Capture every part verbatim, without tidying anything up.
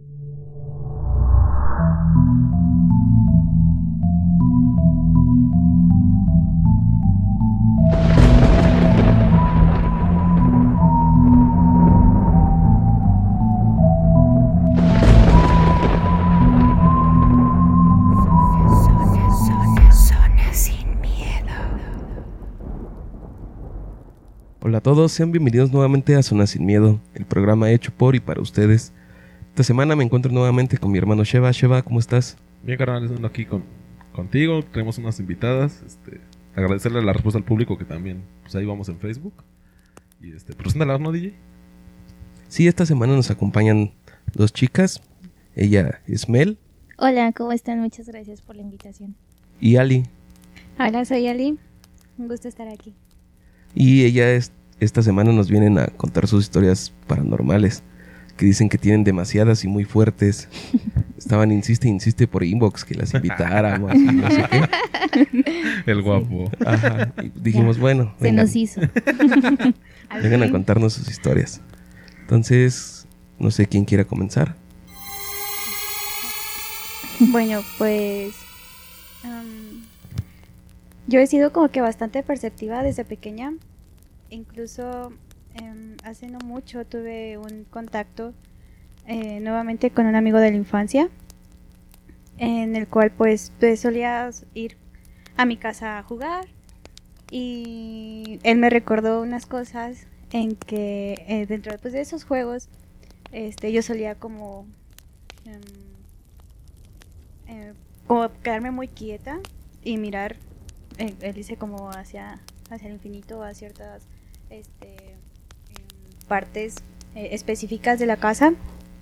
Hola a todos, sean bienvenidos nuevamente a Zona Sin Miedo, el programa hecho por y para ustedes. Esta semana me encuentro nuevamente con mi hermano Sheva. Sheva, ¿cómo estás? Bien, carnal, estando aquí con, contigo, tenemos unas invitadas, este, agradecerle la respuesta al público que también, pues ahí vamos en Facebook. Y este, preséntala, ¿no, D J? Sí, esta semana nos acompañan dos chicas, ella es Mel. Hola, ¿cómo están? Muchas gracias por la invitación. Y Ali. Hola, soy Ali, un gusto estar aquí. Y ella es, esta semana nos vienen a contar sus historias paranormales, que dicen que tienen demasiadas y muy fuertes. Estaban insiste, insiste por inbox que las invitáramos y no sé qué. El guapo. Ajá. Y dijimos, Ya, bueno, se vengan, nos hizo. vengan a contarnos sus historias. Entonces, no sé quién quiera comenzar. Bueno, pues um, yo he sido como que bastante perceptiva desde pequeña. Incluso um, hace no mucho tuve un contacto eh, nuevamente con un amigo de la infancia, en el cual pues, pues solías ir a mi casa a jugar, y él me recordó unas cosas en que eh, dentro pues, de esos juegos este, yo solía como... Um, Eh, como quedarme muy quieta y mirar, eh, él dice como hacia, hacia el infinito, a ciertas este, eh, partes eh, específicas de la casa,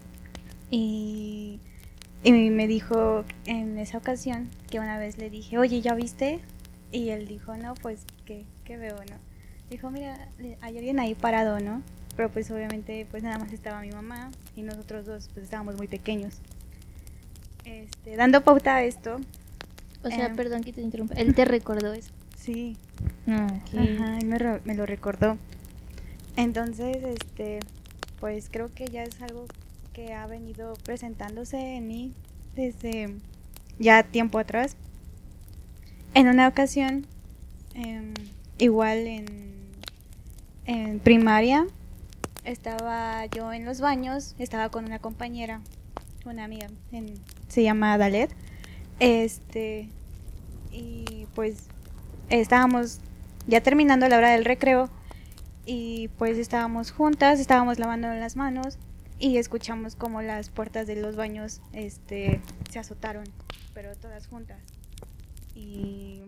y, y me dijo en esa ocasión que una vez le dije, oye, ¿ya viste? Y él dijo, no, pues, ¿qué, qué veo, no? Dijo, mira, hay alguien ahí parado, ¿no? Pero pues obviamente pues nada más estaba mi mamá y nosotros dos pues estábamos muy pequeños. Este, dando pauta a esto. O sea, eh, perdón que te interrumpa. Él te recordó eso. Sí. Ah, okay. Ajá, él me, re- me lo recordó. Entonces, este, pues creo que ya es algo que ha venido presentándose en mí desde ya tiempo atrás. En una ocasión, eh, igual en, en primaria, estaba yo en los baños, estaba con una compañera, una amiga, en, se llama Dalet, este, y pues estábamos ya terminando la hora del recreo, y pues estábamos juntas, estábamos lavando las manos, y escuchamos como las puertas de los baños, este, se azotaron, pero todas juntas, y,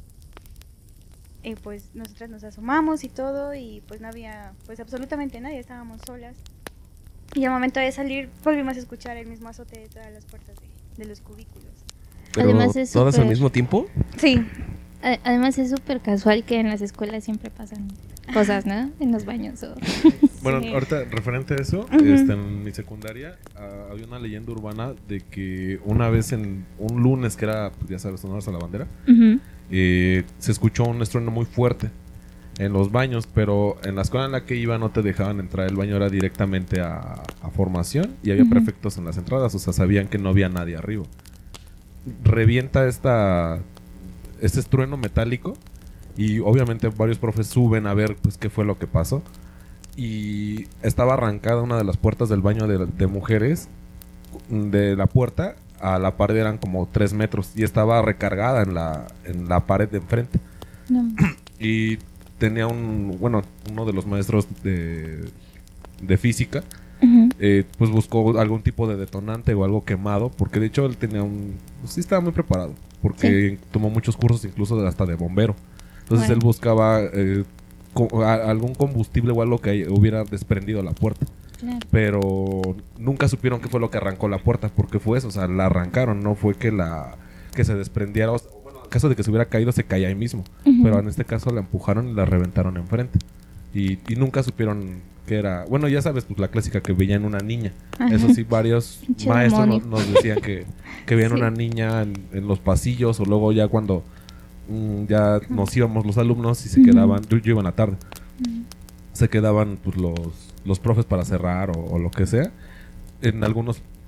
y pues nosotras nos asomamos y todo, y pues no había, pues absolutamente nadie, estábamos solas. Y al momento de salir volvimos a escuchar el mismo azote de todas las puertas de, de los cubículos. ¿Pero Además es todas súper- al mismo tiempo? Sí. A- Además es súper casual que en las escuelas siempre pasan cosas, ¿no? En los baños o... Bueno, Sí. ahorita, referente a eso, Ujú. este, en mi secundaria ah, había una leyenda urbana de que una vez en un lunes, que era, pues, ya sabes, honores a la bandera, Ujú. eh, se escuchó un estruendo muy fuerte en los baños, pero en la escuela en la que iba no te dejaban entrar, el baño era directamente a, a formación, y había Ujú. prefectos en las entradas, o sea, sabían que no había nadie arriba. Revienta esta este estruendo metálico, y obviamente varios profes suben a ver pues qué fue lo que pasó, y estaba arrancada una de las puertas del baño de, de mujeres. De la puerta a la pared eran como tres metros, y estaba recargada en la, en la pared de enfrente. No. Y tenía un, bueno, uno de los maestros de, de física, Ujú. eh, pues buscó algún tipo de detonante o algo quemado, porque de hecho él tenía un, pues sí estaba muy preparado, porque tomó muchos cursos incluso de- hasta de bombero. Entonces Bueno. él buscaba eh, co- a- algún combustible o algo que hubiera desprendido la puerta, Claro. pero nunca supieron qué fue lo que arrancó la puerta, porque fue eso, o sea, la arrancaron, no fue que la que se desprendiera, o sea, bueno, en caso de que se hubiera caído se caía ahí mismo, Ujú. pero en este caso la empujaron y la reventaron enfrente, y, y nunca supieron que era, bueno, ya sabes, pues la clásica que veían una niña. Ajá. Eso sí, varios Pinche maestros demonio. nos, nos decían que, que veían Sí. una niña en, en los pasillos, o luego ya cuando mm, ya nos íbamos los alumnos y se Ujú. quedaban, yo, yo iba en la tarde, Ujú. se quedaban pues los, los profes para cerrar o, o lo que sea. En algunos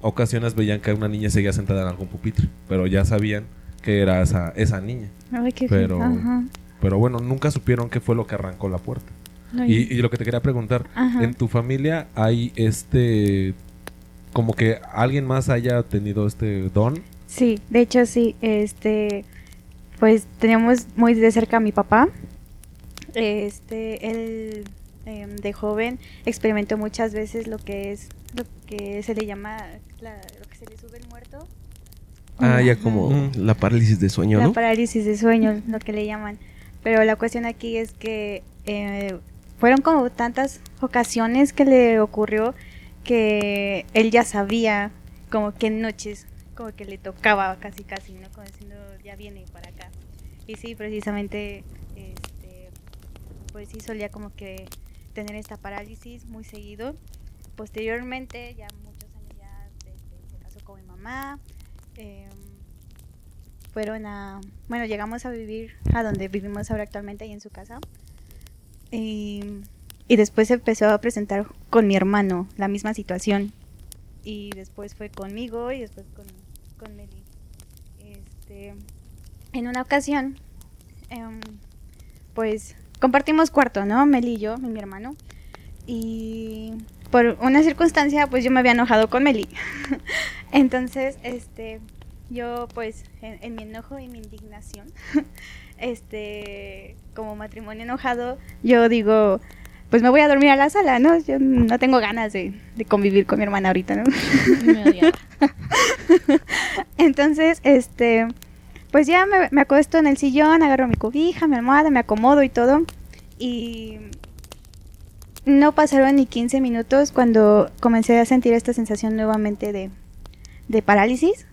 ocasiones veían que una niña seguía sentada en algún pupitre, pero ya sabían que era esa, esa niña. Ay, qué Pero, Ajá. pero bueno, nunca supieron qué fue lo que arrancó la puerta. No, Y, y lo que te quería preguntar, Ajá. ¿en tu familia hay este, como que alguien más haya tenido este don? Sí, de hecho sí, este, pues teníamos muy de cerca a mi papá. Este, él eh, de joven experimentó muchas veces lo que es, lo que se le llama, la- lo que se le sube el muerto. Ah, ya Ajá. como Mm. la parálisis de sueño, La ¿no? parálisis de sueño, lo que le llaman. Pero la cuestión aquí es que eh, fueron como tantas ocasiones que le ocurrió que él ya sabía como que en noches, como que le tocaba casi casi, ¿no? Como diciendo, ya viene para acá. Y sí, precisamente, este, pues sí solía como que tener esta parálisis muy seguido. Posteriormente, ya muchos años ya este, se casó con mi mamá. em, fueron a, bueno, llegamos a vivir a donde vivimos ahora actualmente, ahí en su casa. Y, y después se empezó a presentar con mi hermano la misma situación. Y después fue conmigo y después con, con Meli. Este, en una ocasión, em, pues compartimos cuarto, ¿no? Meli y yo, y mi hermano. Y por una circunstancia, pues yo me había enojado con Meli. Entonces, este, yo pues en, en mi enojo y mi indignación, este, como matrimonio enojado, yo digo, pues me voy a dormir a la sala, ¿no? Yo no tengo ganas de, de convivir con mi hermana ahorita, ¿no? Me odiaba. Entonces, este, pues ya me, me acuesto en el sillón, agarro mi cobija, mi almohada, me acomodo y todo. Y no pasaron ni quince minutos cuando comencé a sentir esta sensación nuevamente de, de parálisis.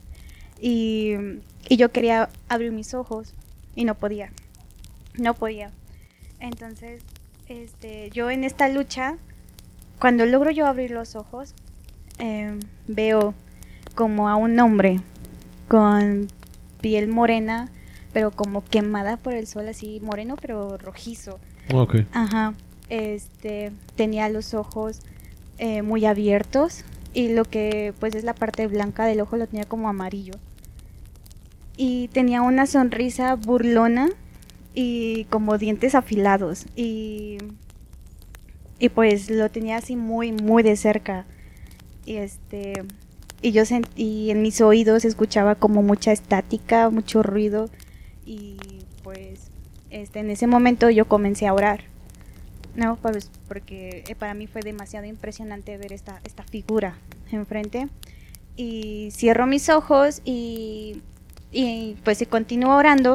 Y, y yo quería abrir mis ojos y no podía. No podía. Entonces, este, yo en esta lucha, cuando logro yo abrir los ojos, eh, veo como a un hombre con piel morena, pero como quemada por el sol, así moreno, pero rojizo. Ok. Ajá. Este, tenía los ojos eh, muy abiertos y lo que pues es la parte blanca del ojo lo tenía como amarillo. Y tenía una sonrisa burlona y como dientes afilados y y pues lo tenía así muy muy de cerca. Y este y yo sentí en mis oídos escuchaba como mucha estática, mucho ruido y pues este en ese momento yo comencé a orar. No, pues porque para mí fue demasiado impresionante ver esta esta figura enfrente y cierro mis ojos y y pues se continuó orando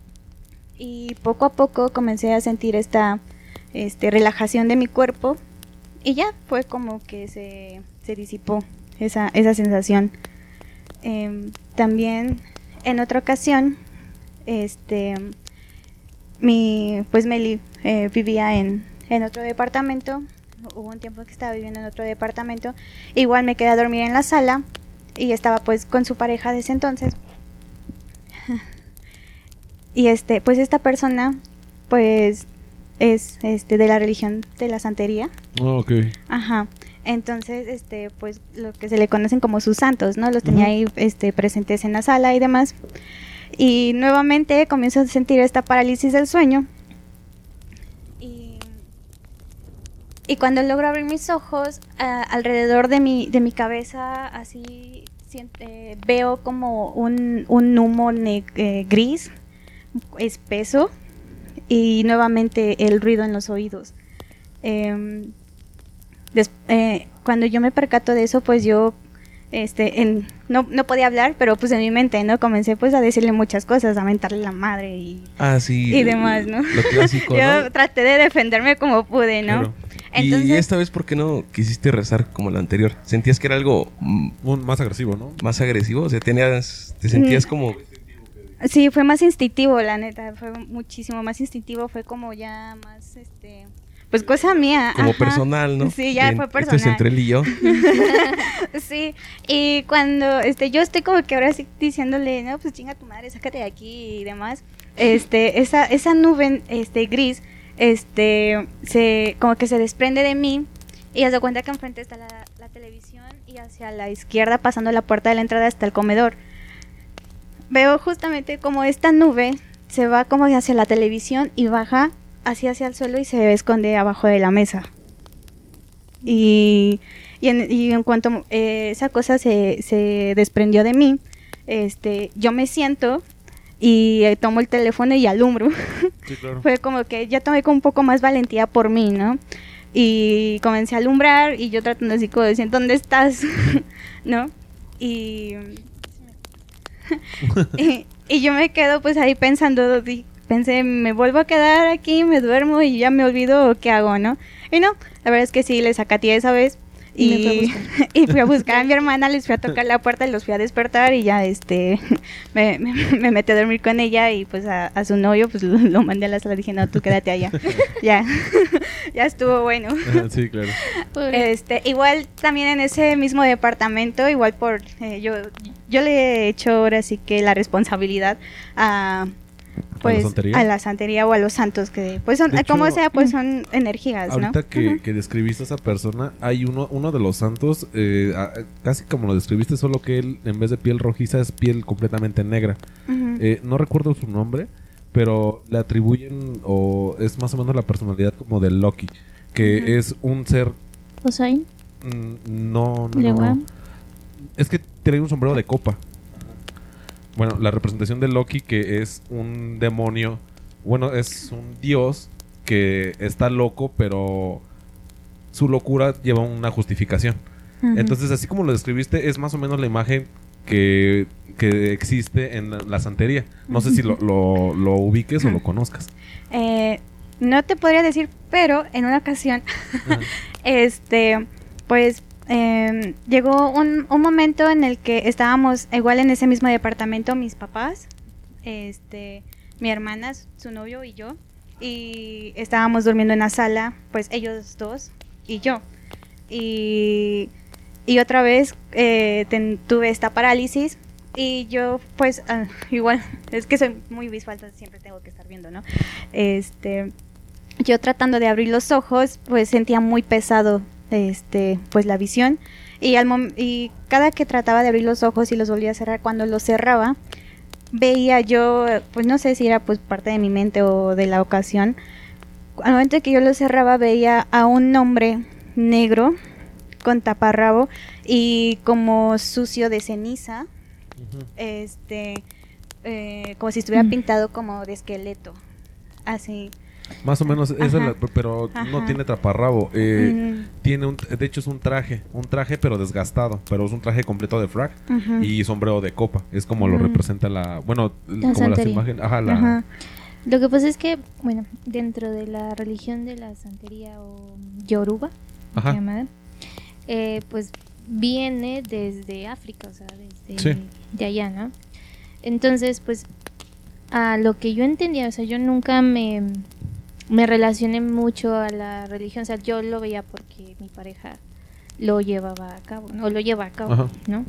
y poco a poco comencé a sentir esta este relajación de mi cuerpo y ya fue como que se, se disipó esa, esa sensación. Eh, también en otra ocasión este mi pues Meli eh, vivía en, en otro departamento. Hubo un tiempo que estaba viviendo en otro departamento, igual me quedé a dormir en la sala y estaba pues con su pareja de ese entonces. Y este, pues esta persona, pues, es este de la religión de la santería. Oh, ok. Ajá. Entonces, este, pues, lo que se le conocen como sus santos, ¿no? Los tenía Ujú. ahí, este, presentes en la sala y demás. Y nuevamente comienzo a sentir esta parálisis del sueño. Y, y cuando logro abrir mis ojos, a- alrededor de mi, de mi cabeza, así, sien- eh, veo como un, un humo ne- eh, gris, espeso, y nuevamente el ruido en los oídos. Em, des- eh, cuando yo me percato de eso, pues yo este en, no, no podía hablar, pero pues en mi mente, ¿no? Comencé pues a decirle muchas cosas, a mentarle la madre y, Ah, sí. y demás, ¿no? Lo clásico, Yo ¿no? traté de defenderme como pude, ¿no? Claro. Entonces, Y esta vez, ¿por qué no quisiste rezar como la anterior? ¿Sentías que era algo mm, Un, más agresivo, ¿no? más agresivo? O sea, tenías, te sentías Mm. como... sí, fue más instintivo, la neta, fue muchísimo más instintivo, fue como ya más, este, pues cosa mía. como ajá. personal, ¿no? Sí, ya Bien, fue esto es personal. entre él y yo. Sí, y cuando este yo estoy como que ahora sí diciéndole, no, pues chinga tu madre, sácate de aquí y demás. Este, esa, esa nube este gris, este, se, como que se desprende de mí, y haz de cuenta que enfrente está la, la televisión y hacia la izquierda, pasando la puerta de la entrada hasta el comedor. Veo justamente como esta nube se va como hacia la televisión y baja así hacia el suelo y se esconde abajo de la mesa. Y, y, en, y en cuanto eh, esa cosa se, se desprendió de mí, este, yo me siento y eh, tomo el teléfono y alumbro. Sí, claro. Fue como que ya tomé con un poco más valentía por mí, ¿no? Y comencé a alumbrar y yo tratando así como de decir, ¿dónde estás? ¿No? Y, y, y yo me quedo pues ahí pensando, di- pensé, ¿me vuelvo a quedar aquí, me duermo y ya me olvido o qué hago, no? Y no, la verdad es que sí, les sacateé esa vez. Y me fue a Y, buscar. y fui a buscar a mi hermana, les fui a tocar la puerta y los fui a despertar y ya este me, me, me metí a dormir con ella y pues a, a su novio pues lo, lo mandé a la sala, dije no, tú quédate allá. Ya, ya estuvo bueno. Ajá, sí, claro. Pobre. Este, igual también en ese mismo departamento, igual por eh, yo yo le he hecho ahora sí que la responsabilidad a pues santería? a la santería o a los santos que pues son De como hecho, sea pues son energías, ¿no? Ahorita que, Ujú. que describiste a esa persona, hay uno, uno de los santos, eh, a- casi como lo describiste, solo que él en vez de piel rojiza es piel completamente negra. Ujú. Eh, no recuerdo su nombre, pero le atribuyen, o es más o menos la personalidad como de Loki, que Ujú. es un ser... Osain, mm, no, no, Leguá. no. Es que trae un sombrero de copa. Bueno, la representación de Loki, que es un demonio, bueno, es un dios que está loco, pero su locura lleva una justificación. Ujú. Entonces, así como lo describiste, es más o menos la imagen que, que existe en la, la santería. No sé si lo, lo, lo ubiques o lo conozcas. Eh, no te podría decir, pero en una ocasión, Ajá. este, pues eh, llegó un, un momento en el que estábamos igual en ese mismo departamento, mis papás, este, mi hermana, su novio y yo, y estábamos durmiendo en la sala, pues ellos dos y yo. Y, y otra vez eh, ten- tuve esta parálisis. Y yo, pues, ah, igual, es que soy muy visual, entonces siempre tengo que estar viendo, ¿no? Este, yo tratando de abrir los ojos, pues sentía muy pesado, este, pues la visión. Y al mom- y cada que trataba de abrir los ojos y los volvía a cerrar, cuando los cerraba, veía yo, pues no sé si era pues parte de mi mente o de la ocasión. Al momento que yo los cerraba, veía a un hombre negro con taparrabo y como sucio de ceniza. Este, eh, como si estuviera Mm. pintado como de esqueleto, así. Más o menos, esa es Ajá. la- pero no Ajá. tiene taparrabo. Eh, Mm, Tiene un, de hecho es un traje, un traje pero desgastado, pero es un traje completo de frac ujú. y sombrero de copa. Es como lo Mm. representa la, bueno, como las santería. imágenes, ajá, la, Ajá. Lo que pasa es que, bueno, dentro de la religión de la santería o yoruba, Ajá. llamada, eh, pues viene desde África, o sea, desde Sí. de allá, ¿no? Entonces, pues, a lo que yo entendía, o sea, yo nunca me, me relacioné mucho a la religión, o sea, yo lo veía porque mi pareja lo llevaba a cabo, ¿no? O lo lleva a cabo, Ajá. ¿no?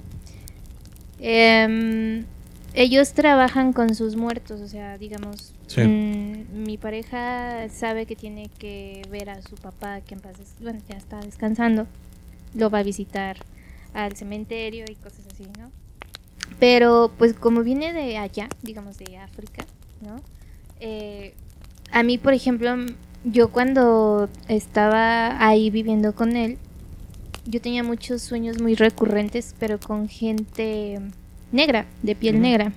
Em, ellos trabajan con sus muertos, o sea, digamos, Sí. mm, mi pareja sabe que tiene que ver a su papá, que en paz, des- bueno, ya está descansando, lo va a visitar al cementerio y cosas así, ¿no? Pero pues como viene de allá, digamos de África, ¿no? Eh, a mí, por ejemplo, m- yo cuando estaba ahí viviendo con él, yo tenía muchos sueños muy recurrentes, pero con gente negra, de piel Ujú. negra.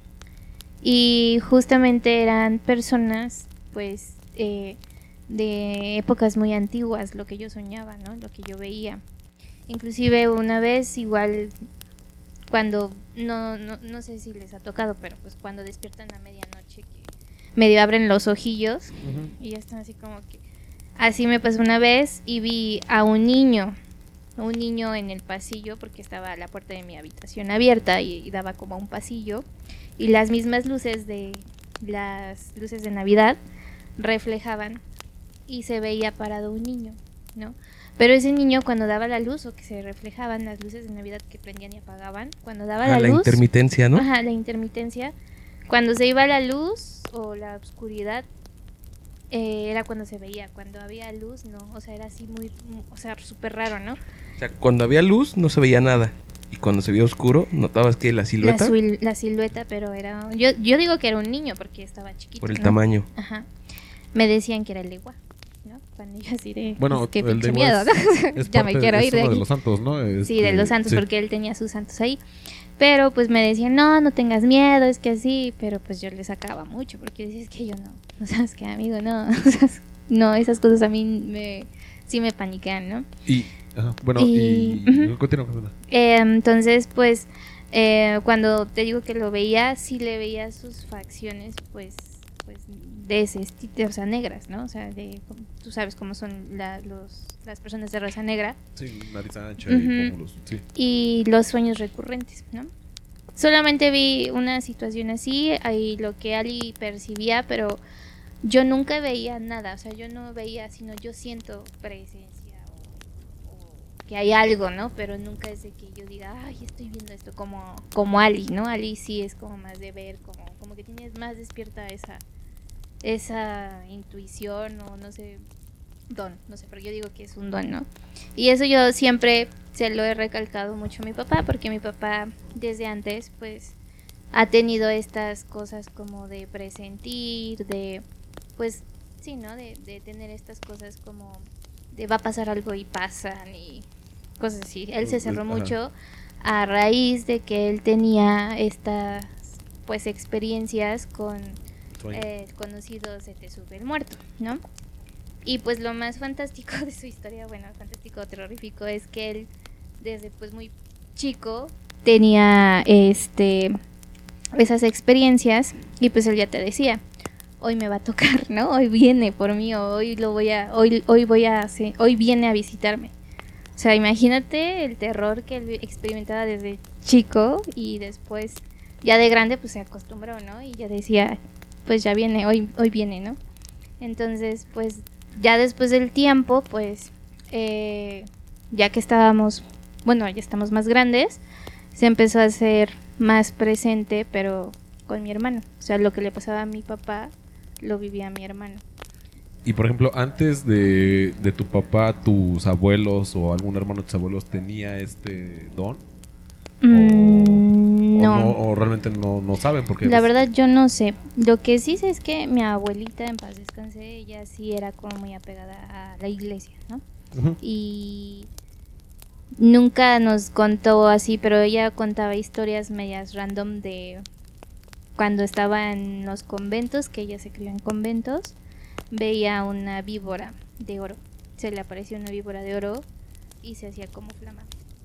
Y justamente eran personas, pues, eh, de épocas muy antiguas, lo que yo soñaba, ¿no? Lo que yo veía. Inclusive una vez, igual, cuando, no, no, no sé si les ha tocado, pero pues cuando despiertan a medianoche, que medio abren los ojillos Ujú. y ya están así como que... Así me pasó una vez y vi a un niño, un niño en el pasillo, porque estaba la puerta de mi habitación abierta y, y daba como a un pasillo, y las mismas luces de las luces de Navidad reflejaban y se veía parado un niño, ¿no? Pero ese niño cuando daba la luz o que se reflejaban las luces de Navidad que prendían y apagaban, cuando daba Ah, la, la luz, intermitencia, ¿no? ajá, la intermitencia, cuando se iba la luz o la oscuridad, eh, era cuando se veía, cuando había luz, no, o sea, era así muy, mu- o sea, súper raro, ¿no? O sea, cuando había luz no se veía nada. Y cuando se veía oscuro, ¿notabas que la La, silueta? sil- la silueta, pero era, yo, yo digo que era un niño porque estaba chiquito. Por el ¿no? tamaño. Ajá. Me decían que era el legua, ¿no? Cuando yo así de, Bueno, pues, qué el pinche de miedo, ¿no? Es Ya me parte- quiero es ir de uno de aquí. los santos, ¿no? Sí, de Este, los santos, sí. porque él tenía sus santos ahí. Pero pues me decían, no, no tengas miedo, es que así. Pero pues yo le sacaba mucho, porque decía, es que yo no, no sabes qué, amigo, no. O sea, no, esas cosas a mí me, sí me paniquean, ¿no? Y, ajá, bueno, Y- y... ujú. Continúa, continúa. Eh, entonces, pues, eh, cuando te digo que lo veía, sí le veía sus facciones, pues, pues de ese estilo, o sea, negras, ¿no? O sea, de, tú sabes cómo son la- los, las personas de raza negra. Sí, nariz ancha Ujú. y pómulos, sí. Y los sueños recurrentes, ¿no? Solamente vi una situación así, ahí lo que Ali percibía, pero yo nunca veía nada, o sea, yo no veía, sino yo siento presencia o, o que hay algo, ¿no? Pero nunca es de que yo diga, ay, estoy viendo esto como, como Ali, ¿no? Ali sí es como más de ver, como, como que tienes más despierta esa, esa intuición o no sé, don, no sé, pero yo digo que es un don, ¿no? Y eso yo siempre se lo he recalcado mucho a mi papá, porque mi papá desde antes, pues, ha tenido estas cosas como de presentir, de, pues, sí, ¿no? De, de tener estas cosas como de va a pasar algo y pasan y cosas así. Él se cerró Ajá. mucho a raíz de que él tenía estas, pues, experiencias con Sueño. eh, el conocido Se te sube el muerto, ¿no? Y pues lo más fantástico de su historia, bueno, fantástico, terrorífico, es que él desde pues muy chico tenía este esas experiencias y pues él ya te decía, hoy me va a tocar, ¿no? Hoy viene por mí, o hoy lo voy a, hoy, hoy voy a hacer, hoy viene a visitarme. O sea, imagínate el terror que él experimentaba desde chico y después ya de grande pues se acostumbró, ¿no? Y ya decía, pues ya viene, hoy, hoy viene, ¿no? Entonces, pues ya después del tiempo, pues eh, ya que estábamos, bueno, ya estamos más grandes, se empezó a hacer más presente, pero con mi hermano. O sea, lo que le pasaba a mi papá, lo vivía a mi hermano. Y por ejemplo, antes de, de tu papá, tus abuelos o algún hermano de tus abuelos tenía este don. Mm, O, no. no, o realmente no, no saben porque La pues, verdad yo no sé. Lo que sí sé es que mi abuelita, en paz descanse, ella sí era como muy apegada a la iglesia, ¿no? ujú. Y nunca nos contó así, pero ella contaba historias medias random de cuando estaba en los conventos, que ella se crió en conventos, veía una víbora de oro. Se le apareció una víbora de oro y se hacía como flama.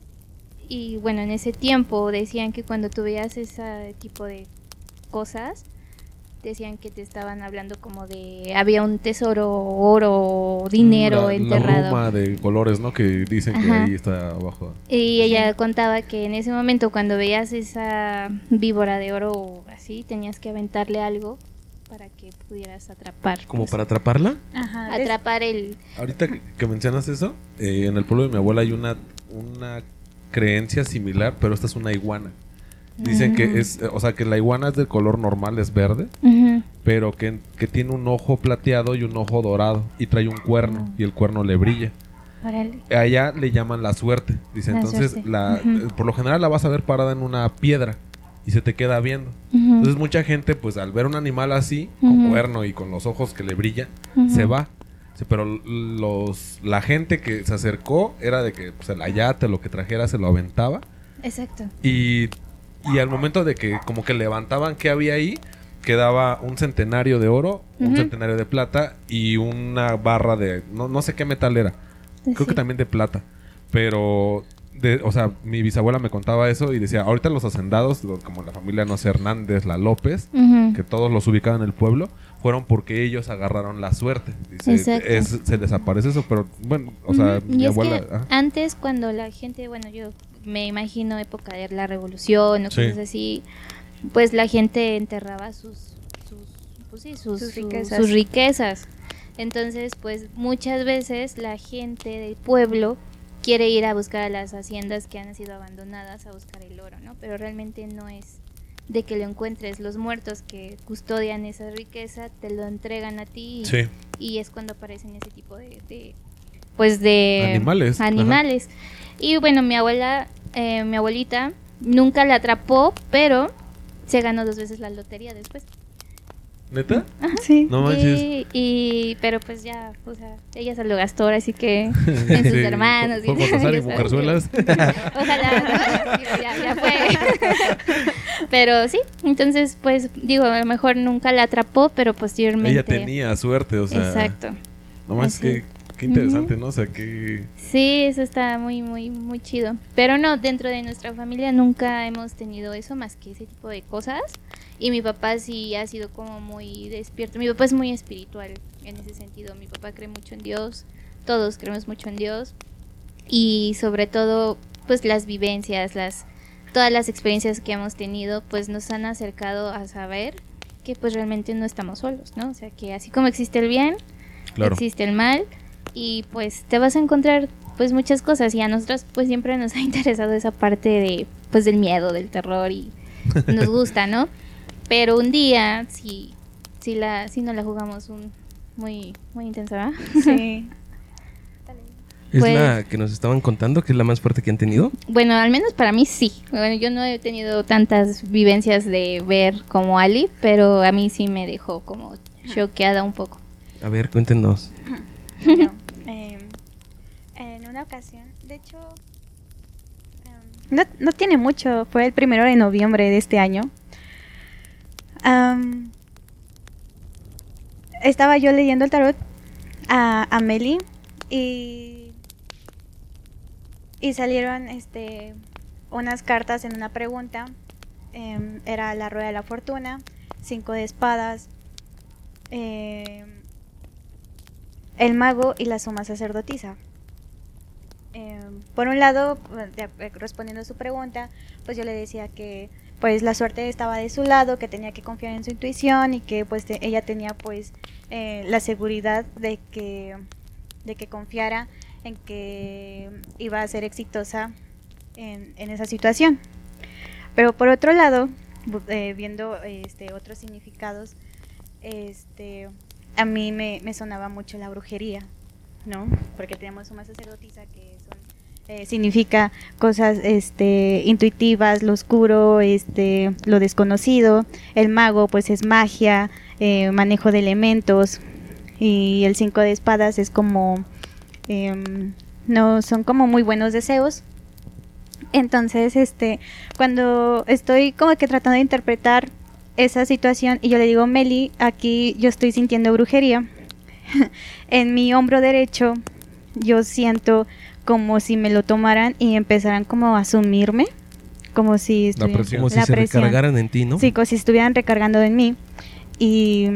Y bueno, en ese tiempo decían que cuando tú veías ese tipo de cosas, decían que te estaban hablando como de había un tesoro, oro, dinero la, enterrado. La bruma de colores, ¿no? Que dicen que Ajá. ahí está abajo. Y ella contaba que en ese momento cuando veías esa víbora de oro o así, tenías que aventarle algo para que pudieras atrapar. ¿Como pues, para atraparla? Ajá. des- atrapar el... Ahorita que, que mencionas eso, eh, en el pueblo de mi abuela hay una, una creencia similar, pero esta es una iguana. Dicen Mm. que es, eh, o sea, que la iguana es del color normal, es verde, Ujú. pero que, que tiene un ojo plateado y un ojo dorado y trae un cuerno y el cuerno le brilla. Órale. Allá le llaman la suerte. Dice, La entonces, suerte. la, Ujú. eh, por lo general la vas a ver parada en una piedra y se te queda viendo. Ujú. Entonces mucha gente, pues al ver un animal así, con Ujú. cuerno y con los ojos que le brillan, Ujú. se va. Sí, pero los, la gente que se acercó era de que pues, el ayate, lo que trajera, se lo aventaba. Exacto. Y, y al momento de que como que levantaban qué había ahí, quedaba un centenario de oro, un Ujú. centenario de plata y una barra de... No, no sé qué metal era. Creo Sí. que también de plata. Pero, de, o sea, mi bisabuela me contaba eso y decía, ahorita los hacendados, lo- como la familia, no sé, Hernández, la López, Ujú. que todos los ubicaban en el pueblo, fueron porque ellos agarraron la suerte. Dice, Exacto. es- se desaparece eso, pero bueno, o sea, Ujú. mi Y es abuela... que ajá. antes cuando la gente, bueno, yo me imagino época de la revolución o Sí. cosas así, pues la gente enterraba sus, sus, pues sí, sus, Sus sus- riquezas. sus riquezas. Entonces, pues muchas veces la gente del pueblo quiere ir a buscar a las haciendas que han sido abandonadas a buscar el oro, ¿no? Pero realmente no es de que lo encuentres. Los muertos que custodian esa riqueza te lo entregan a ti y, Sí. y es cuando aparecen ese tipo de, de pues de Animales. animales. Y bueno, mi abuela, eh, mi abuelita nunca la atrapó, pero se ganó dos veces la lotería después. ¿Neta? Sí. No manches. Y, y- pero pues ya, o sea, ella se lo gastó, así que en sus Sí. hermanos. Fue por pasar y ya sabes. mujerzuelas. Ojalá, no, digo, ya, ya fue. Pero sí, entonces pues digo, a lo mejor nunca la atrapó, pero posteriormente. Ella tenía suerte, o sea. Exacto. No más Así. que qué interesante, Ujú. ¿no? O sea, que Sí, eso está muy, muy, muy chido. Pero no, dentro de nuestra familia nunca hemos tenido eso más que ese tipo de cosas. Y mi papá sí ha sido como muy despierto. Mi papá es muy espiritual en ese sentido. Mi papá cree mucho en Dios. Todos creemos mucho en Dios. Y sobre todo, pues las vivencias, las todas las experiencias que hemos tenido, pues nos han acercado a saber que pues realmente no estamos solos, ¿no? O sea, que así como existe el bien, claro. existe el mal y pues te vas a encontrar pues muchas cosas y a nosotros pues siempre nos ha interesado esa parte de pues del miedo, del terror y nos gusta, ¿no? Pero un día sí sí la sí nos la jugamos un muy muy intensa, ¿verdad? Sí. ¿Es Pues- la que nos estaban contando que es la más fuerte que han tenido? Bueno, al menos para mí sí. Bueno, yo no he tenido tantas vivencias de ver como Ali, pero a mí sí me dejó como choqueada un poco. A ver, cuéntenos. Bueno, eh, en una ocasión, de hecho, em, no, no tiene mucho, fue el primero de noviembre de este año. Am, estaba yo leyendo el tarot a, a Meli y, y salieron este, unas cartas en una pregunta. Em, era la rueda de la fortuna, cinco de espadas, em, el mago y la suma sacerdotisa. Eh, por un lado, de- respondiendo a su pregunta, pues yo le decía que pues la suerte estaba de su lado, que tenía que confiar en su intuición y que pues te- ella tenía pues eh, la seguridad de que de que confiara en que iba a ser exitosa en, en esa situación. Pero por otro lado, bu- eh, viendo este otros significados, este a mí me, me sonaba mucho la brujería, ¿no? Porque tenemos una sacerdotisa que son, eh, significa cosas este, intuitivas, lo oscuro, este, lo desconocido. El mago, pues es magia, eh, manejo de elementos. Y el cinco de espadas es como, em, no, son como muy buenos deseos. Entonces, este, cuando estoy como que tratando de interpretar esa situación y yo le digo, Meli, aquí yo estoy sintiendo brujería. En mi hombro derecho yo siento como si me lo tomaran y empezaran como a asumirme, como si La estuvieran- presión. Como si la se presión. recargaran en ti, ¿no? Sí, como si estuvieran recargando en mí. Y,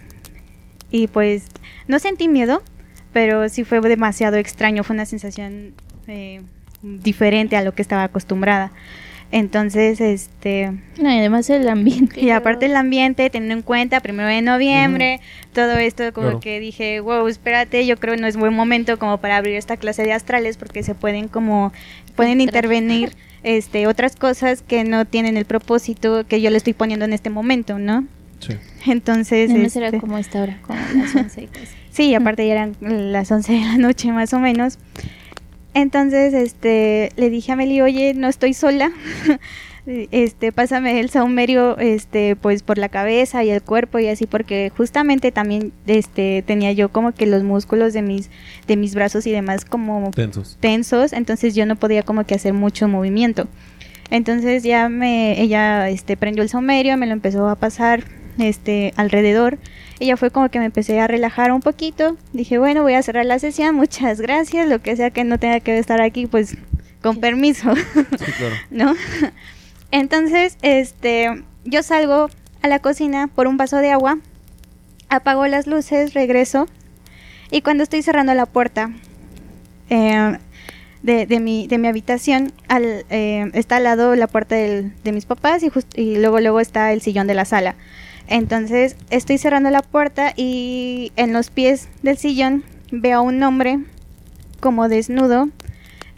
y pues no sentí miedo, pero sí fue demasiado extraño, fue una sensación eh, diferente a lo que estaba acostumbrada. Entonces, este, No, y además el ambiente. y aparte el ambiente, teniendo en cuenta, primero de noviembre, todo esto como Claro. que dije, wow, espérate, yo creo que no es buen momento como para abrir esta clase de astrales porque se pueden como, pueden Entrar. intervenir este otras cosas que no tienen el propósito que yo le estoy poniendo en este momento, ¿no? Sí. Entonces, Además era este, como esta hora, como las once y cosas. sí, aparte ya eran las once de la noche más o menos. Entonces, este, le dije a Meli, oye, no estoy sola, este, pásame el saumerio, este, pues por la cabeza y el cuerpo y así, porque justamente también, este, tenía yo como que los músculos de mis, de mis brazos y demás como Tensos. tensos, entonces yo no podía como que hacer mucho movimiento. Entonces ya me, ella, este, prendió el saumerio, me lo empezó a pasar, este, alrededor. Y ya fue como que me empecé a relajar un poquito. Dije, bueno, voy a cerrar la sesión, muchas gracias, lo que sea que no tenga que estar aquí, pues con permiso, Sí, claro. ¿no? Entonces, este, yo salgo a la cocina por un vaso de agua, apago las luces, regreso, y cuando estoy cerrando la puerta eh, de, de, mi, de mi habitación, al, eh, está al lado la puerta del- de mis papás y, just- y luego, luego está el sillón de la sala. Entonces estoy cerrando la puerta y en los pies del sillón veo a un hombre como desnudo,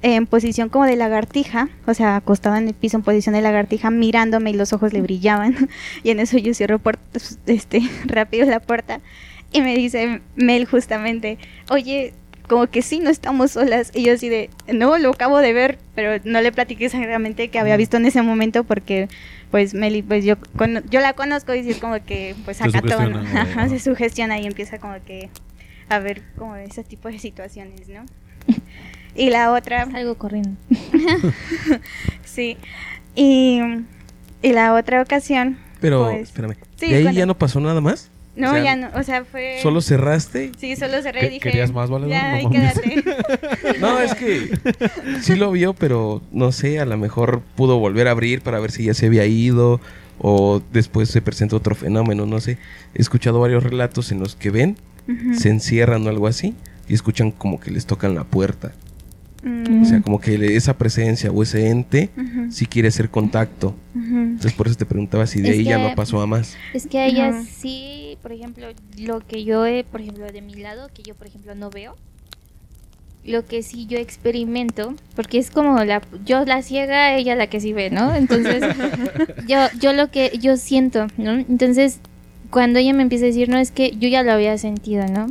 en posición como de lagartija, o sea, acostada en el piso en posición de lagartija, mirándome y los ojos le brillaban. Y en eso yo cierro puerta, este, rápido la puerta y me dice Mel justamente, oye, como que sí, no estamos solas. Y yo así de, no, lo acabo de ver, pero no le platiqué exactamente qué había visto en ese momento porque pues Meli, pues yo con, yo la conozco y sí es como que pues saca todo, ¿no? Ajá, se sugestiona y empieza como que a ver como ese tipo de situaciones, ¿no? Y la otra... Algo corriendo. Sí. Y, y la otra ocasión... Pero, pues, espérame. sí, ¿De ahí cuando- ya no pasó nada más? No, O sea, ya no, o sea, fue... ¿Solo cerraste? Sí, solo cerré ¿Qué- y dije... querías más, valedor? Ya, No ahí mames. quédate. No, es que sí lo vio, pero no sé, a lo mejor pudo volver a abrir para ver si ya se había ido o después se presenta otro fenómeno, no sé. He escuchado varios relatos en los que ven, Ujú. se encierran o algo así y escuchan como que les tocan la puerta. Mm, O sea, como que le- esa presencia o ese ente ujú, sí quiere hacer contacto. ujú. Entonces por eso te preguntaba si de Es ahí ya que- no pasó a más. Es que a ella Ajá. sí, por ejemplo, lo que yo, he, por ejemplo, de mi lado, que yo, por ejemplo, no veo, lo que sí yo experimento, porque es como la, yo la ciega, ella la que sí ve, ¿no? Entonces, yo, yo lo que, yo siento, ¿no? Entonces, cuando ella me empieza a decir, no, es que yo ya lo había sentido, ¿no?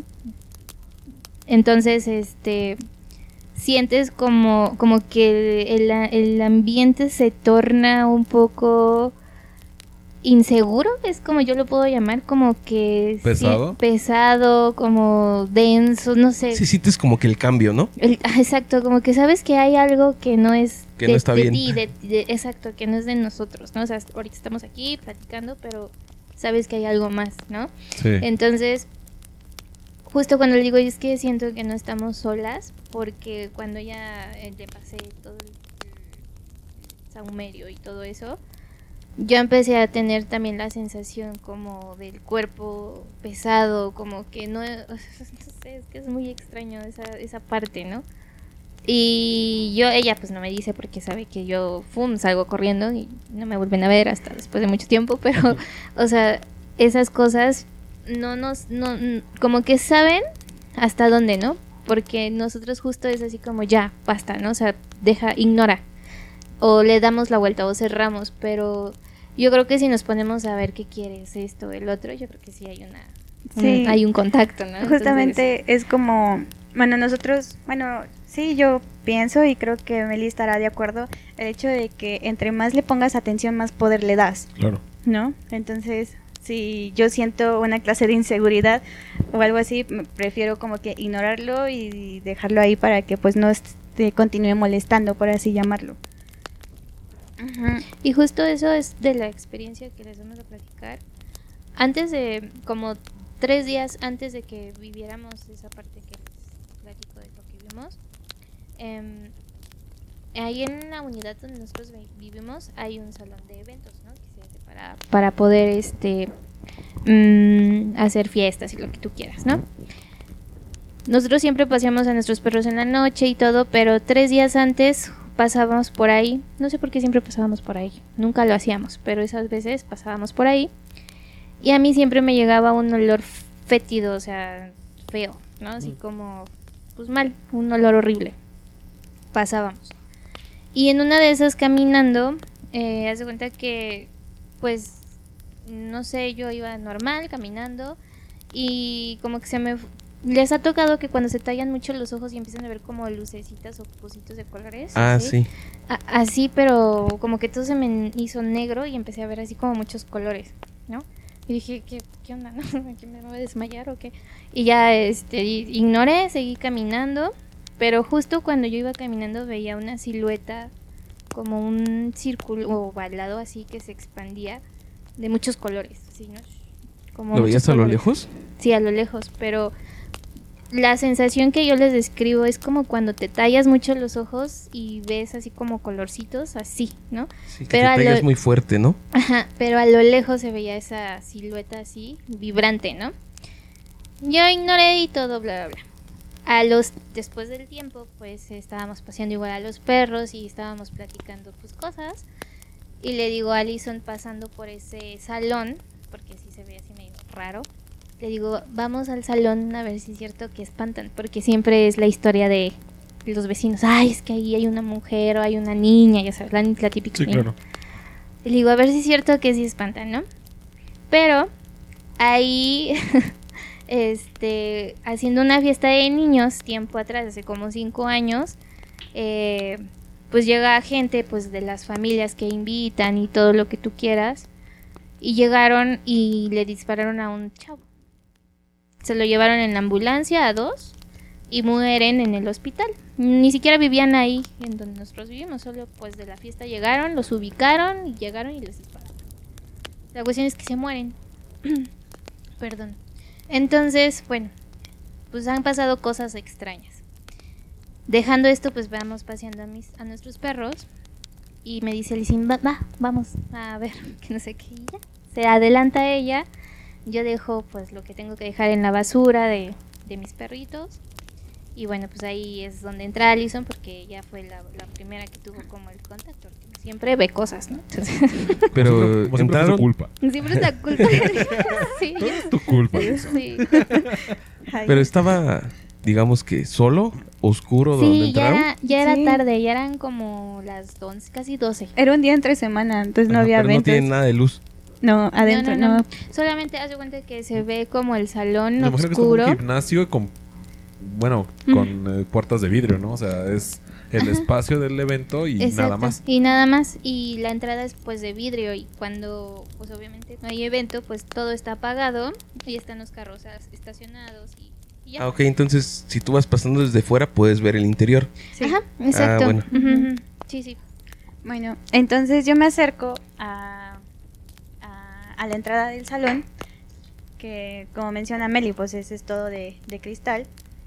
Entonces, este, sientes como, como que el, el ambiente se torna un poco inseguro, es como yo lo puedo llamar, como que sí, ¿Pesado? pesado, como denso, no sé. Sí sientes como que el cambio, ¿no? El- ah, exacto, como que sabes que hay algo que no es Que de, no está de bien. ti, de- de- exacto, que no es de nosotros, ¿no? O sea, ahorita estamos aquí platicando, pero sabes que hay algo más, ¿no? Sí. Entonces, justo cuando le digo, es que siento que no estamos solas, porque cuando ya eh, le pasé todo el, el saumerio y todo eso, yo empecé a tener también la sensación como del cuerpo pesado, como que no, no sé, es que es muy extraño esa, esa parte, ¿no? Y yo, ella pues no me dice porque sabe que yo, fum, salgo corriendo y no me vuelven a ver hasta después de mucho tiempo, pero, o sea, esas cosas no nos, no, n- como que saben hasta dónde, ¿no? Porque nosotros justo es así como ya, basta, ¿no? O sea, deja, ignora. O le damos la vuelta o cerramos, pero yo creo que si nos ponemos a ver qué quieres esto, el otro, yo creo que sí hay una, Sí. un- hay un contacto, ¿no? Entonces, Justamente es como, bueno, nosotros, bueno, sí, yo pienso y creo que Meli estará de acuerdo, el hecho de que entre más le pongas atención, más poder le das, Claro. ¿no? Entonces, si yo siento una clase de inseguridad o algo así, me- prefiero como que ignorarlo y dejarlo ahí para que pues no este, continúe molestando, por así llamarlo. Ujú. Y justo eso es de la experiencia que les vamos a platicar. Antes de, como tres días antes de que viviéramos esa parte que les platico de lo que vimos, em, ahí en la unidad donde nosotros vi- vivimos hay un salón de eventos, ¿no? Que se hace para, para poder este mm, hacer fiestas y lo que tú quieras, ¿no? Nosotros siempre paseamos a nuestros perros en la noche y todo, pero tres días antes pasábamos por ahí. No sé por qué siempre pasábamos por ahí. Nunca lo hacíamos, pero esas veces pasábamos por ahí. Y a mí siempre me llegaba un olor fétido, o sea, feo, ¿no? Así Mm. como, pues mal, un olor horrible. Pasábamos. Y en una de esas caminando, eh, haz de cuenta que, pues, no sé, yo iba normal caminando y como que se me... ¿Les ha tocado que cuando se tallan mucho los ojos y empiezan a ver como lucecitas o cositos de colores? Ah, ¿sí? sí. A- así, pero como que todo se me hizo negro y empecé a ver así como muchos colores, ¿no? Y dije, ¿qué, qué onda? ¿No? ¿Aquí me voy a desmayar o qué? Y ya, este, i- ignoré, seguí caminando, pero justo cuando yo iba caminando veía una silueta como un círculo ovalado así que se expandía de muchos colores, ¿sí, no? Como ¿Lo muchos veías a lo colores. lejos? Sí, a lo lejos, pero la sensación que yo les describo es como cuando te tallas mucho los ojos y ves así como colorcitos, así, ¿no? Sí, que Pero a te pegas lo- muy fuerte, ¿no? Ajá, pero a lo lejos se veía esa silueta así, vibrante, ¿no? Yo ignoré y todo, bla, bla, bla. A los, después del tiempo, pues estábamos paseando igual a los perros y estábamos platicando pues cosas. Y le digo a Alison pasando por ese salón, porque sí se ve así medio raro. Le digo, vamos al salón a ver si es cierto que espantan, porque siempre es la historia de los vecinos, ay, es que ahí hay una mujer o hay una niña, ya sabes, la, la típica Sí, niña. claro. Y le digo, a ver si es cierto que sí espantan, ¿no? Pero ahí, este, haciendo una fiesta de niños, tiempo atrás, hace como cinco años, eh, pues llega gente pues de las familias que invitan y todo lo que tú quieras, y llegaron y le dispararon a un chavo. Se lo llevaron en la ambulancia a dos y mueren en el hospital. Ni siquiera vivían ahí en donde nosotros vivimos, solo pues de la fiesta llegaron, los ubicaron y llegaron y les dispararon. La cuestión es que se mueren. Perdón. Entonces, bueno, pues han pasado cosas extrañas. Dejando esto, pues vamos paseando a, mis, a nuestros perros. Y me dice Lizzie, va, va, vamos a ver, que no sé qué. Y ya, se adelanta ella. Yo dejo pues lo que tengo que dejar en la basura de, de mis perritos. Y bueno, pues ahí es donde entra Alison, porque ella fue la, la primera que tuvo como el contacto. Siempre ve cosas, ¿no? Entonces, Pero Como siempre fue su entraron... culpa. siempre es la culpa. Sí, Todo es tu culpa. Alison. sí. Ay, Pero estaba, digamos que solo, oscuro donde Sí, ya entraron. era, ya era Sí. tarde, ya eran como las once, casi doce. Era un día entre semana, entonces no Ajá, había pero no eventos. tiene nada de luz. No, adentro No, no. no, no. Solamente haz de cuenta que se ve como el salón Me imagino que es como oscuro. un gimnasio con, bueno, Mm. con eh, puertas de vidrio, ¿no? O sea, es el Ajá. espacio del evento y Exacto, nada más. y nada más. Y la entrada es pues de vidrio. Y cuando, pues obviamente no hay evento, pues todo está apagado. Y están los carros as- estacionados. Y, y ya. Ah, ok, entonces si tú vas pasando desde fuera puedes ver el interior. Sí. Ajá, exacto. Ah, bueno. Ujú, ujú. Sí, sí. Bueno, entonces yo me acerco a, a, a la entrada del salón, que como menciona Meli, pues ese es todo de, de cristal.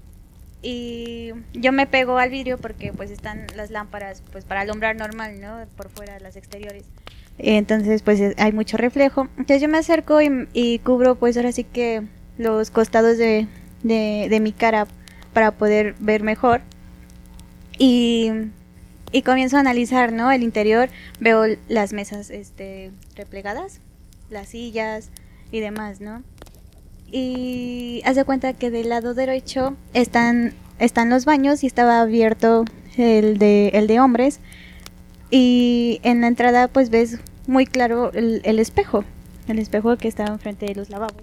Y yo me pego al vidrio porque pues están las lámparas pues para alumbrar normal, ¿no? Por fuera, las exteriores. Entonces pues es- hay mucho reflejo. Entonces yo me acerco y, y cubro pues ahora sí que los costados de, de, de mi cara para poder ver mejor. Y, y comienzo a analizar, ¿no? El interior, veo las mesas este, replegadas, las sillas y demás, ¿no? Y haz de cuenta que del lado derecho están, están los baños y estaba abierto el de, el de hombres. Y en la entrada pues ves muy claro el, el espejo, el espejo que estaba enfrente de los lavabos.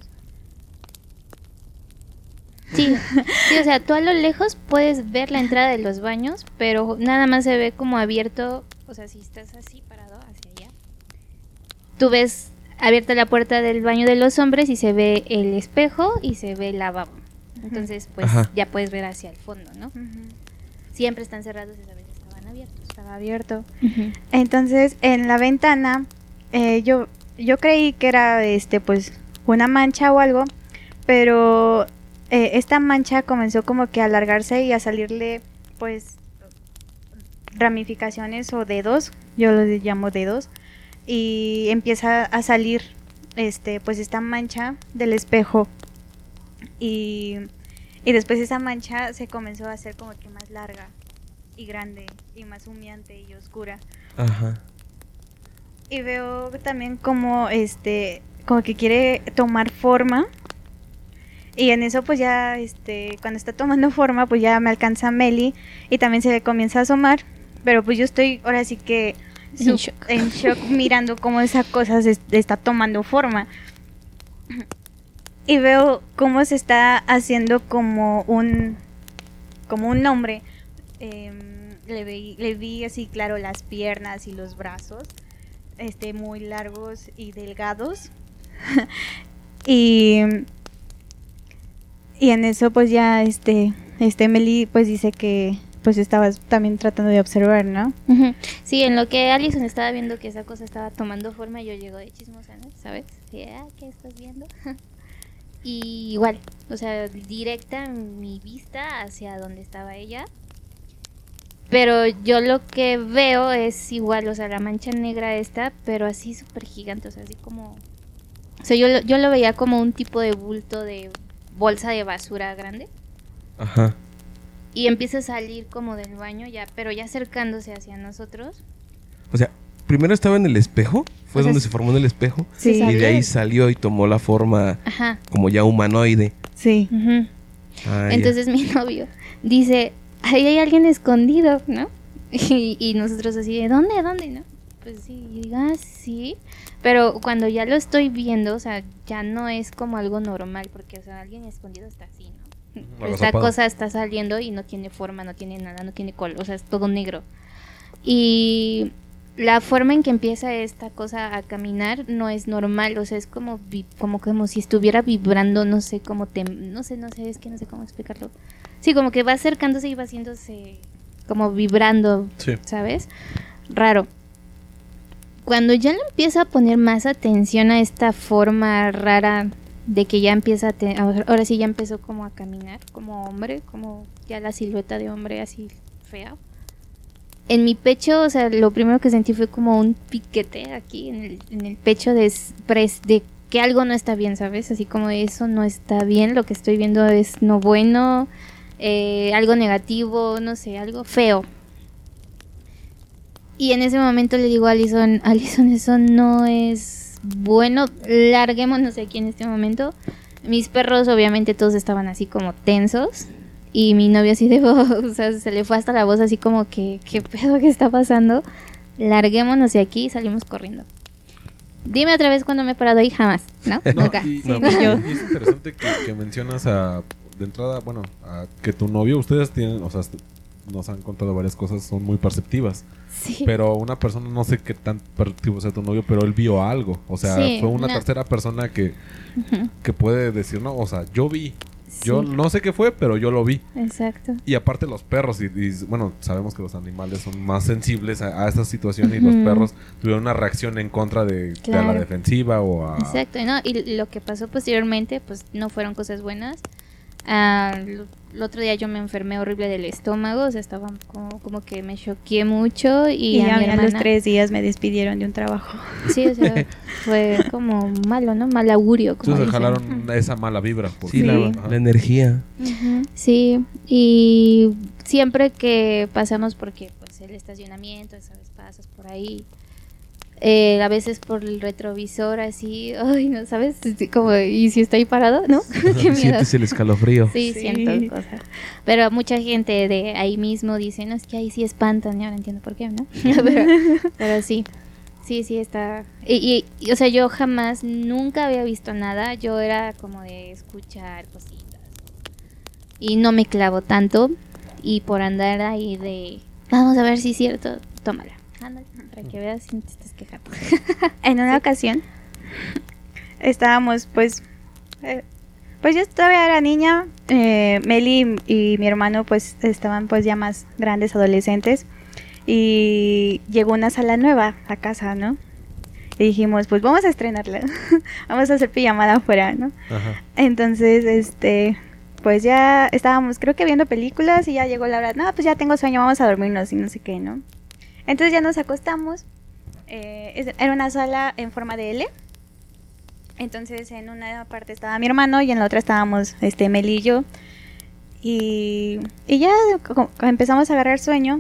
Sí, sí, o sea, tú a lo lejos puedes ver la entrada de los baños, pero nada más se ve como abierto, o sea, si estás así parado hacia allá, tú ves abierta la puerta del baño de los hombres y se ve el espejo y se ve el lavabo. Entonces, pues Ajá. ya puedes ver hacia el fondo, ¿no? Siempre están cerrados y esa vez estaban abiertos. Estaba abierto. Entonces, en la ventana, eh, yo, yo creí que era este, pues, una mancha o algo, pero eh, esta mancha comenzó como que a alargarse y a salirle, pues, ramificaciones o dedos, yo los llamo dedos, y empieza a salir, este, pues, esta mancha del espejo. Y, y después esa mancha se comenzó a hacer como que más larga y grande y más humeante y oscura. Ajá. Y veo también como este como que quiere tomar forma. Y en eso pues ya este cuando está tomando forma pues ya me alcanza Meli y también se comienza a asomar, pero pues yo estoy ahora sí que En su- shock. en shock mirando cómo esa cosa se está tomando forma. Y veo cómo se está haciendo como un como un hombre. Em, le, vi, le vi así claro las piernas y los brazos, este muy largos y delgados. y y en eso pues ya este este Meli pues dice que pues estabas también tratando de observar, ¿no? Ujú. Sí, en lo que Alison estaba viendo que esa cosa estaba tomando forma, yo llego de chismosa, ¿no? ¿Sabes? Sí, ah, ¿qué estás viendo? Y igual, o sea, directa mi vista hacia donde estaba ella. Pero yo lo que veo es igual, o sea, la mancha negra esta, pero así súper gigante, o sea, así como... O sea, yo, lo- yo lo veía como un tipo de bulto de bolsa de basura grande. Ajá. Y empieza a salir como del baño ya, pero ya acercándose hacia nosotros. O sea, primero estaba en el espejo, fue O sea, donde es- se formó en el espejo. Sí. Y salió. de ahí salió y tomó la forma Ajá. como ya humanoide. Sí. Ujú. Ah, ya. Entonces mi novio dice, ahí hay alguien escondido, ¿no? Y, y nosotros así, ¿de dónde, dónde, no? Pues sí, y digo, ah, sí. Pero cuando ya lo estoy viendo, o sea, ya no es como algo normal, porque, o sea, alguien escondido está así, ¿no? Esta Agazapado. cosa está saliendo y no tiene forma, no tiene nada, no tiene color, o sea, es todo negro. Y la forma en que empieza esta cosa a caminar no es normal, o sea, es como vi- como como si estuviera vibrando, no sé cómo te, no sé, no sé, es que no sé cómo explicarlo. Sí, como que va acercándose y va haciéndose como vibrando, Sí. ¿sabes? Raro. Cuando ya le empiezo a poner más atención a esta forma rara de que ya empieza a te- ahora ahora sí ya empezó como a caminar como hombre, como ya la silueta de hombre así fea. En mi pecho, o sea, lo primero que sentí fue como un piquete aquí en el, en el pecho de, s- pres- de que algo no está bien, ¿sabes? Así como eso no está bien, lo que estoy viendo es no bueno, eh, algo negativo, no sé, algo feo. Y en ese momento le digo a Alison, Alison, eso no es bueno, larguémonos de aquí en este momento. Mis perros obviamente todos estaban así como tensos. Y mi novio así de, o sea, se le fue hasta la voz así como que, ¿qué pedo que está pasando? Larguémonos de aquí y salimos corriendo. Dime otra vez cuándo me he parado ahí, jamás, ¿no? No, Nunca. y, No, y- pues y es interesante que, que mencionas a, de entrada, bueno, a que tu novio, ustedes tienen, o sea, est- nos han contado varias cosas, son muy perceptivas. Sí. Pero una persona, no sé qué tan perceptivo sea tu novio, pero él vio algo. O sea, Sí, fue una no. tercera persona que, Ujú, que puede decir, no, o sea, yo vi. Yo sí, no sé qué fue, pero yo lo vi. exacto. Y aparte los perros, y, y, bueno, sabemos que los animales son más sensibles a, a esta situación y los Ujú. perros tuvieron una reacción en contra de, de Claro. la defensiva o a... Exacto, ¿no? Y lo que pasó posteriormente, pues no fueron cosas buenas. Ah, lo- el otro día yo me enfermé horrible del estómago, o sea, estaba como, como que me choqué mucho y, Y, a a mi mí a hermana. los tres días me despidieron de un trabajo. Sí, o sea, fue como malo, ¿no? Mal augurio, como Entonces dicen. jalaron esa mala vibra. porque- Sí, la, Sí. Ajá. la energía. Ujú. Sí, y siempre que pasamos porque pues el estacionamiento, sabes, pasas por ahí, eh, a veces por el retrovisor así, ay, no sabes, Sí, como, ¿y si está ahí parado? ¿No? Qué miedo. Sientes el escalofrío. Sí, Sí. siento cosas. Pero mucha gente de ahí mismo dice, no, es que ahí sí espantan, y ahora entiendo por qué, ¿no? pero, pero sí, sí, sí está. Y, y- y, o sea, yo jamás, nunca había visto nada, yo era como de escuchar cositas. Y no me clavo tanto, y por andar ahí de, vamos a ver si es cierto, tómala. Ándale, para que veas si no te estás quejando. En una ocasión estábamos pues eh, pues yo todavía era niña, eh, Meli y mi hermano pues estaban pues ya más grandes, adolescentes, y llegó una sala nueva a casa, ¿no? Y dijimos, pues vamos a estrenarla, vamos a hacer pijamada afuera, ¿no? Ajá. Entonces, este, pues ya estábamos, creo que viendo películas y ya llegó la hora, no, pues ya tengo sueño, vamos a dormirnos y no sé qué, ¿no? Entonces ya nos acostamos, eh, es- era una sala en forma de L, entonces en una parte estaba mi hermano y en la otra estábamos, este, Meli y yo, y, y ya co- co- empezamos a agarrar sueño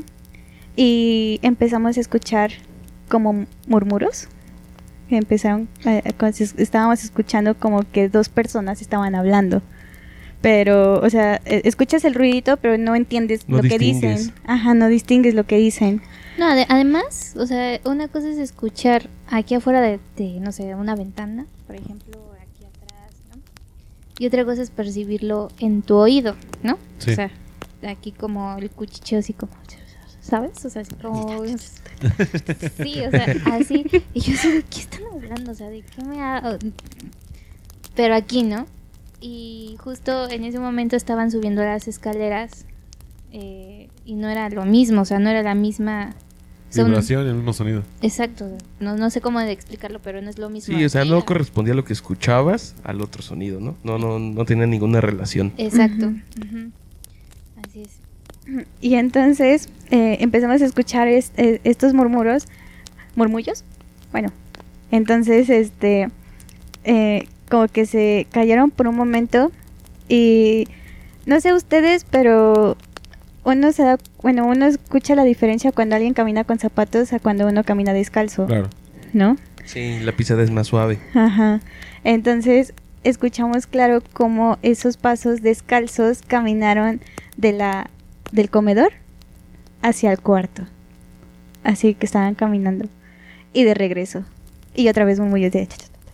y empezamos a escuchar como murmuros. Empezaron, eh, con- estábamos escuchando como que dos personas estaban hablando. Pero, o sea, eh, escuchas el ruidito, pero no entiendes No lo que distingues. dicen. Ajá, no distingues lo que dicen. No, ade- además, o sea, una cosa es escuchar aquí afuera de, de, no sé, una ventana, por ejemplo, aquí atrás, ¿no? Y otra cosa es percibirlo en tu oído, ¿no? Sí. O sea, aquí como el cuchicheo así como, ¿sabes? O sea, así como... Sí, o sea, así. Y yo así, ¿de qué están hablando? O sea, ¿de qué me ha...? Pero aquí, ¿no? Y justo en ese momento estaban subiendo las escaleras eh, y no era lo mismo, o sea, no era la misma... son- Vibración y el mismo sonido. Exacto, no, no sé cómo de explicarlo, pero no es lo mismo. Sí, o sea, aquí no a- correspondía a lo que escuchabas al otro sonido, ¿no? No, no, no tenía ninguna relación. Exacto. Ujú. Ujú. Así es. Y entonces eh, empezamos a escuchar es- eh, estos murmuros, murmullos. Bueno, entonces, este, eh, como que se callaron por un momento y no sé ustedes, pero uno se da, bueno, uno escucha la diferencia cuando alguien camina con zapatos a cuando uno camina descalzo, Claro. ¿no? Sí, la pisada es más suave. Ajá. Entonces escuchamos claro cómo esos pasos descalzos caminaron de la del comedor hacia el cuarto. Así que estaban caminando. Y de regreso. Y otra vez murmullos de...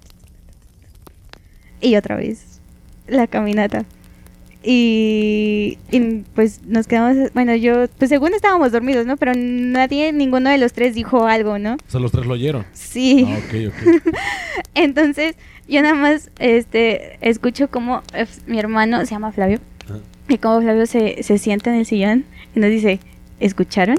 Y otra vez la caminata. Y, y pues nos quedamos... Bueno, yo... Pues según estábamos dormidos, ¿no? Pero nadie, ninguno de los tres dijo algo, ¿no? O sea, los tres lo oyeron. Sí. Ah, ok, ok. Entonces, yo nada más este, escucho como eh, mi hermano, se llama Flavio, Ajá. y como Flavio se, se sienta en el sillón y nos dice, ¿escucharon?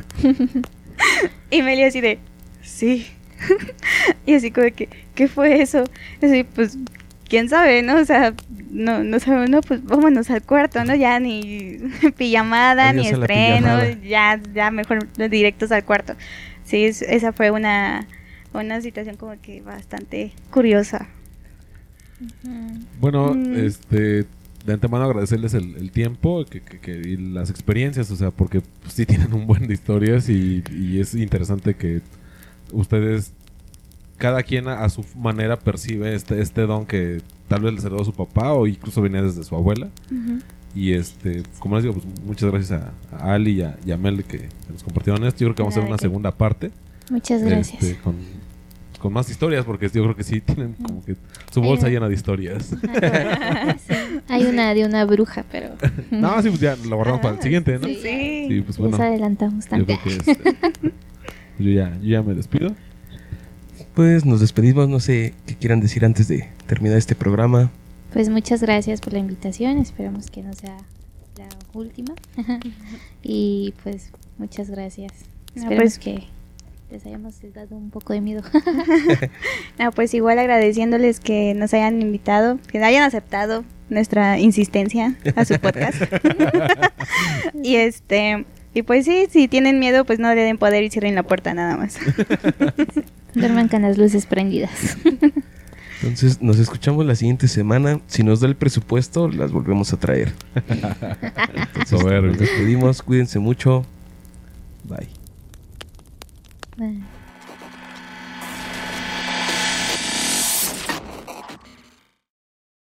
Y Meli así de, sí. Y así como que, ¿qué fue eso? Y así, pues, quién sabe, ¿no? O sea, no, no sabemos, no, pues vámonos al cuarto, ¿no? Ya ni pijamada, Adiós ni a la estreno, pijamada. ya, ya mejor directos al cuarto. Sí, es- esa fue una, una situación como que bastante curiosa. Mm. Bueno, Mm. este, de antemano agradecerles el, el tiempo que, que- que- y las experiencias, o sea, porque pues, sí tienen un buen de historias y, y es interesante que ustedes, cada quien a, a su manera percibe este, este don que tal vez les heredó su papá o incluso venía desde su abuela. Ujú. Y este, como les digo, pues muchas gracias a, a Ali y a, y a Mel que, que nos compartieron esto. Yo creo que vamos a hacer Nada una que- segunda parte. Muchas gracias. Este, con, con más historias, porque yo creo que sí tienen como que su bolsa Hay una- llena de historias. Sí, hay una de una bruja, pero No, sí, pues ya lo guardamos para el siguiente, ¿no? Sí. Sí, pues les bueno, adelantamos yo también. creo que este, yo, ya, yo ya me despido. Pues nos despedimos, no sé qué quieran decir antes de terminar este programa. Pues muchas gracias por la invitación, esperamos que no sea la última. Y pues muchas gracias. No, Esperemos pues- que les hayamos dado un poco de miedo. No, pues igual agradeciéndoles que nos hayan invitado, que hayan aceptado nuestra insistencia a su podcast. Y este, y pues sí, si tienen miedo, pues no le den poder y cierren la puerta nada más. Duerman con las luces prendidas. Entonces nos escuchamos la siguiente semana. Si nos da el presupuesto, las volvemos a traer. Entonces, Soberbio. nos despedimos, cuídense mucho. Bye.